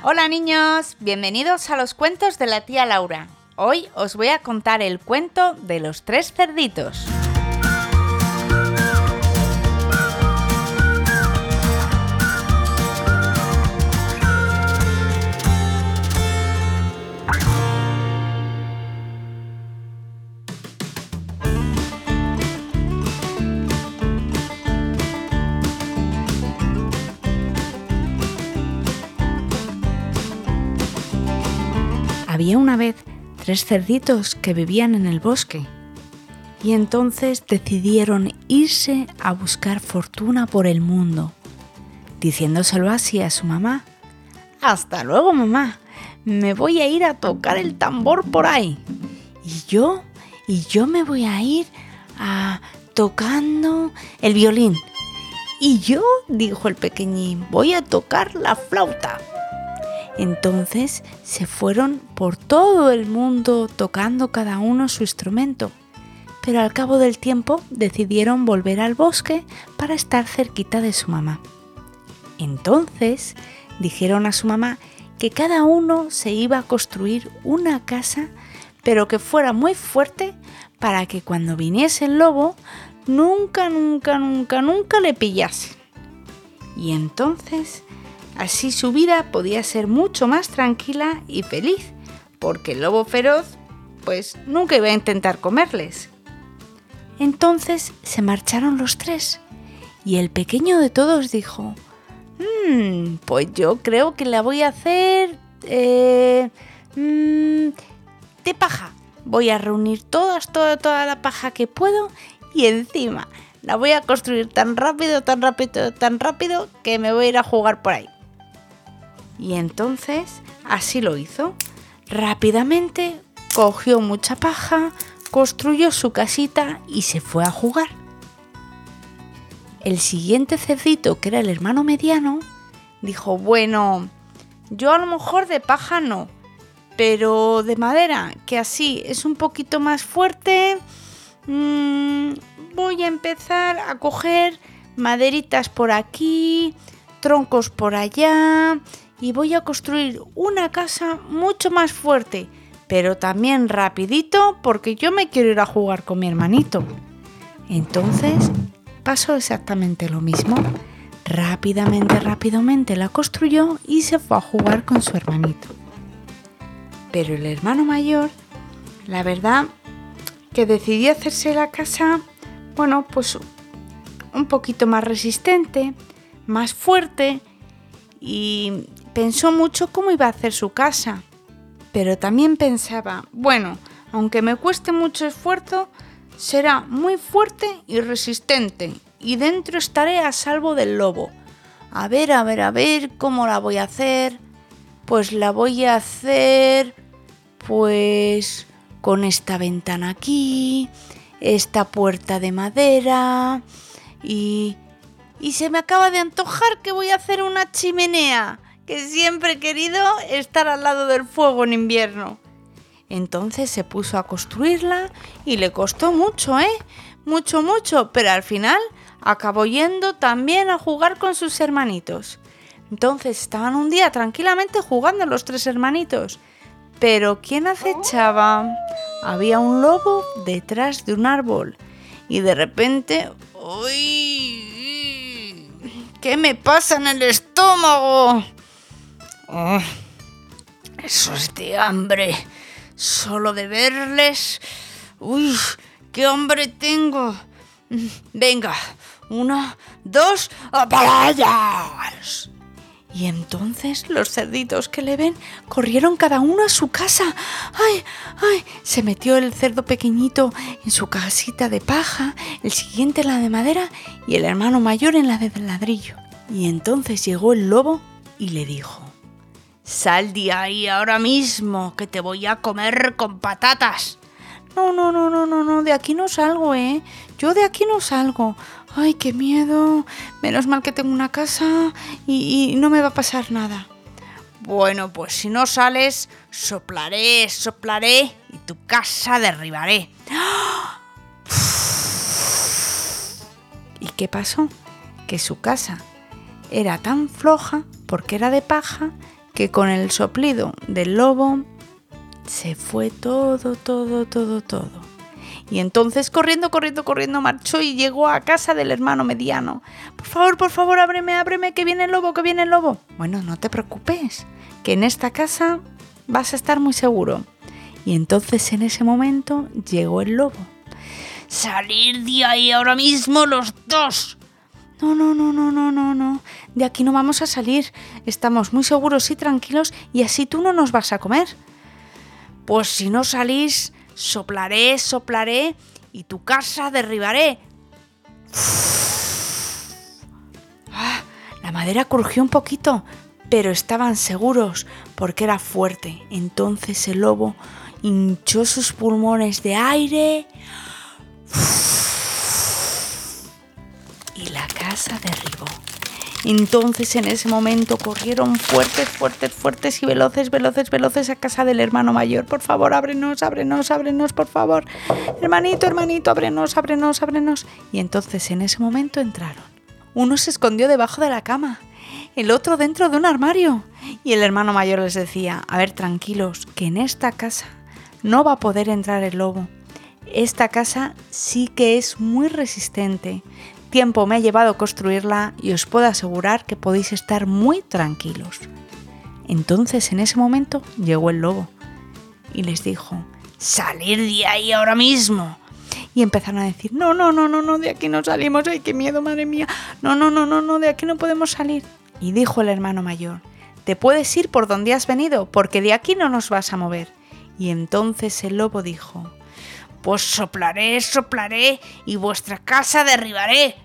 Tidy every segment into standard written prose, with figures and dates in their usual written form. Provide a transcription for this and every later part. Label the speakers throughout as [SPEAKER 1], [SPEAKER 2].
[SPEAKER 1] Hola niños, bienvenidos a los cuentos de la tía Laura. Hoy os voy a contar el cuento de los 3 cerditos. Había una vez 3 cerditos que vivían en el bosque y entonces decidieron irse a buscar fortuna por el mundo, diciéndoselo así a su mamá. «Hasta luego, mamá, me voy a ir a tocar el tambor por ahí. Y yo me voy a ir tocando el violín. Y yo», dijo el pequeñín, «voy a tocar la flauta». Entonces se fueron por todo el mundo tocando cada uno su instrumento, pero al cabo del tiempo decidieron volver al bosque para estar cerquita de su mamá. Entonces dijeron a su mamá que cada uno se iba a construir una casa, pero que fuera muy fuerte para que cuando viniese el lobo nunca le pillase. Y entonces así su vida podía ser mucho más tranquila y feliz, porque el lobo feroz pues nunca iba a intentar comerles. Entonces se marcharon los 3 y el pequeño de todos dijo: pues yo creo que la voy a hacer de paja. Voy a reunir toda la paja que puedo y encima la voy a construir tan rápido que me voy a ir a jugar por ahí. Y entonces así lo hizo. Rápidamente cogió mucha paja, construyó su casita y se fue a jugar. El siguiente cerdito, que era el hermano mediano, dijo: bueno, yo a lo mejor de paja no, pero de madera, que así es un poquito más fuerte, voy a empezar a coger maderitas por aquí, troncos por allá, y voy a construir una casa mucho más fuerte, pero también rapidito, porque yo me quiero ir a jugar con mi hermanito. Entonces pasó exactamente lo mismo. Rápidamente la construyó y se fue a jugar con su hermanito. Pero el hermano mayor, la verdad, que decidió hacerse la casa, bueno, pues un poquito más resistente, más fuerte, y pensó mucho cómo iba a hacer su casa. Pero también pensaba: bueno, aunque me cueste mucho esfuerzo, será muy fuerte y resistente, y dentro estaré a salvo del lobo. A ver, ¿cómo la voy a hacer? Pues la voy a hacer, pues, con esta ventana aquí, esta puerta de madera, y se me acaba de antojar que voy a hacer una chimenea, que siempre he querido estar al lado del fuego en invierno. Entonces se puso a construirla y le costó mucho, mucho, pero al final acabó yendo también a jugar con sus hermanitos. Entonces estaban un día tranquilamente jugando los 3 hermanitos. Pero ¿quién acechaba? Había un lobo detrás de un árbol y de repente... ¡Uy! ¿Qué me pasa en el estómago? Oh, eso es de hambre. Solo de verles. ¡Uy! ¡Qué hambre tengo! Venga, 1, 2, ¡para allá! Y entonces los cerditos que le ven corrieron cada uno a su casa. ¡Ay! Se metió el cerdo pequeñito en su casita de paja, el siguiente en la de madera y el hermano mayor en la de ladrillo. Y entonces llegó el lobo y le dijo: «Sal de ahí ahora mismo, que te voy a comer con patatas». No, de aquí no salgo, Yo de aquí no salgo. ¡Ay, qué miedo! Menos mal que tengo una casa y no me va a pasar nada. Bueno, pues si no sales, soplaré y tu casa derribaré. ¿Y qué pasó? Que su casa era tan floja, porque era de paja, que con el soplido del lobo se fue todo. Y entonces corriendo marchó y llegó a casa del hermano mediano. Por favor, ábreme, que viene el lobo. Bueno, no te preocupes, que en esta casa vas a estar muy seguro. Y entonces en ese momento llegó el lobo.
[SPEAKER 2] ¡Salir de ahí ahora mismo los dos!
[SPEAKER 1] No, de aquí no vamos a salir. Estamos muy seguros y tranquilos y así tú no nos vas a comer.
[SPEAKER 2] Pues si no salís, soplaré y tu casa derribaré.
[SPEAKER 1] La madera crujió un poquito, pero estaban seguros porque era fuerte. Entonces el lobo hinchó sus pulmones de aire y la casa derribó. Entonces en ese momento corrieron fuertes y veloces a casa del hermano mayor. Por favor, ábrenos, por favor. Hermanito, ábrenos. Y entonces en ese momento entraron. Uno se escondió debajo de la cama, el otro dentro de un armario. Y el hermano mayor les decía, a ver, tranquilos, que en esta casa no va a poder entrar el lobo. Esta casa sí que es muy resistente. Tiempo me ha llevado a construirla y os puedo asegurar que podéis estar muy tranquilos. Entonces en ese momento llegó el lobo y les dijo,
[SPEAKER 2] ¡salir de ahí ahora mismo!
[SPEAKER 1] Y empezaron a decir, no, de aquí no salimos, ¡ay, qué miedo, madre mía! No, de aquí no podemos salir. Y dijo el hermano mayor, te puedes ir por donde has venido, porque de aquí no nos vas a mover. Y entonces el lobo dijo,
[SPEAKER 2] pues soplaré y vuestra casa derribaré.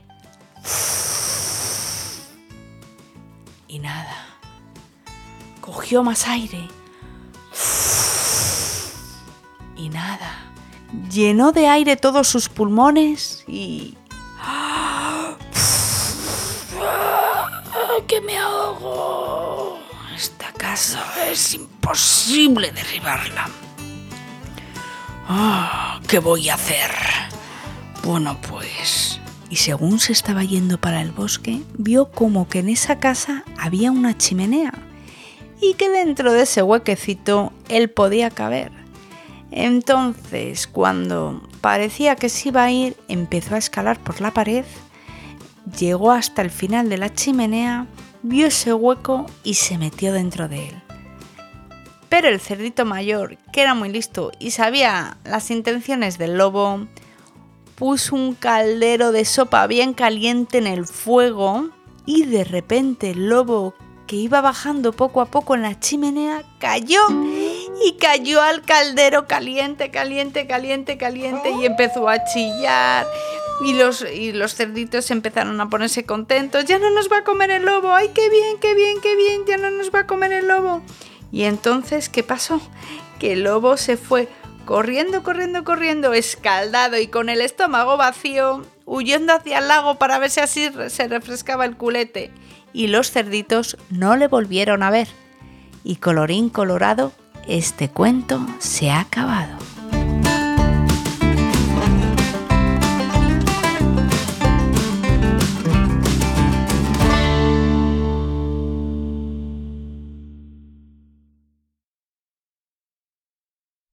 [SPEAKER 1] Y nada, cogió más aire. Y nada, llenó de aire todos sus pulmones y...
[SPEAKER 2] ¡Que me ahogo! Esta casa es imposible derribarla. ¿Qué voy a hacer? Bueno, pues...
[SPEAKER 1] Y según se estaba yendo para el bosque, vio como que en esa casa había una chimenea y que dentro de ese huequecito él podía caber. Entonces, cuando parecía que se iba a ir, empezó a escalar por la pared, llegó hasta el final de la chimenea, vio ese hueco y se metió dentro de él. Pero el cerdito mayor, que era muy listo y sabía las intenciones del lobo, puso un caldero de sopa bien caliente en el fuego y de repente el lobo, que iba bajando poco a poco en la chimenea, cayó al caldero caliente y empezó a chillar. Y los cerditos empezaron a ponerse contentos. ¡Ya no nos va a comer el lobo! ¡Ay, qué bien! ¡Ya no nos va a comer el lobo! Y entonces, ¿qué pasó? Que el lobo se fue corriendo, escaldado y con el estómago vacío, huyendo hacia el lago para ver si así se refrescaba el culete. Y los cerditos no le volvieron a ver. Y colorín colorado, este cuento se ha acabado.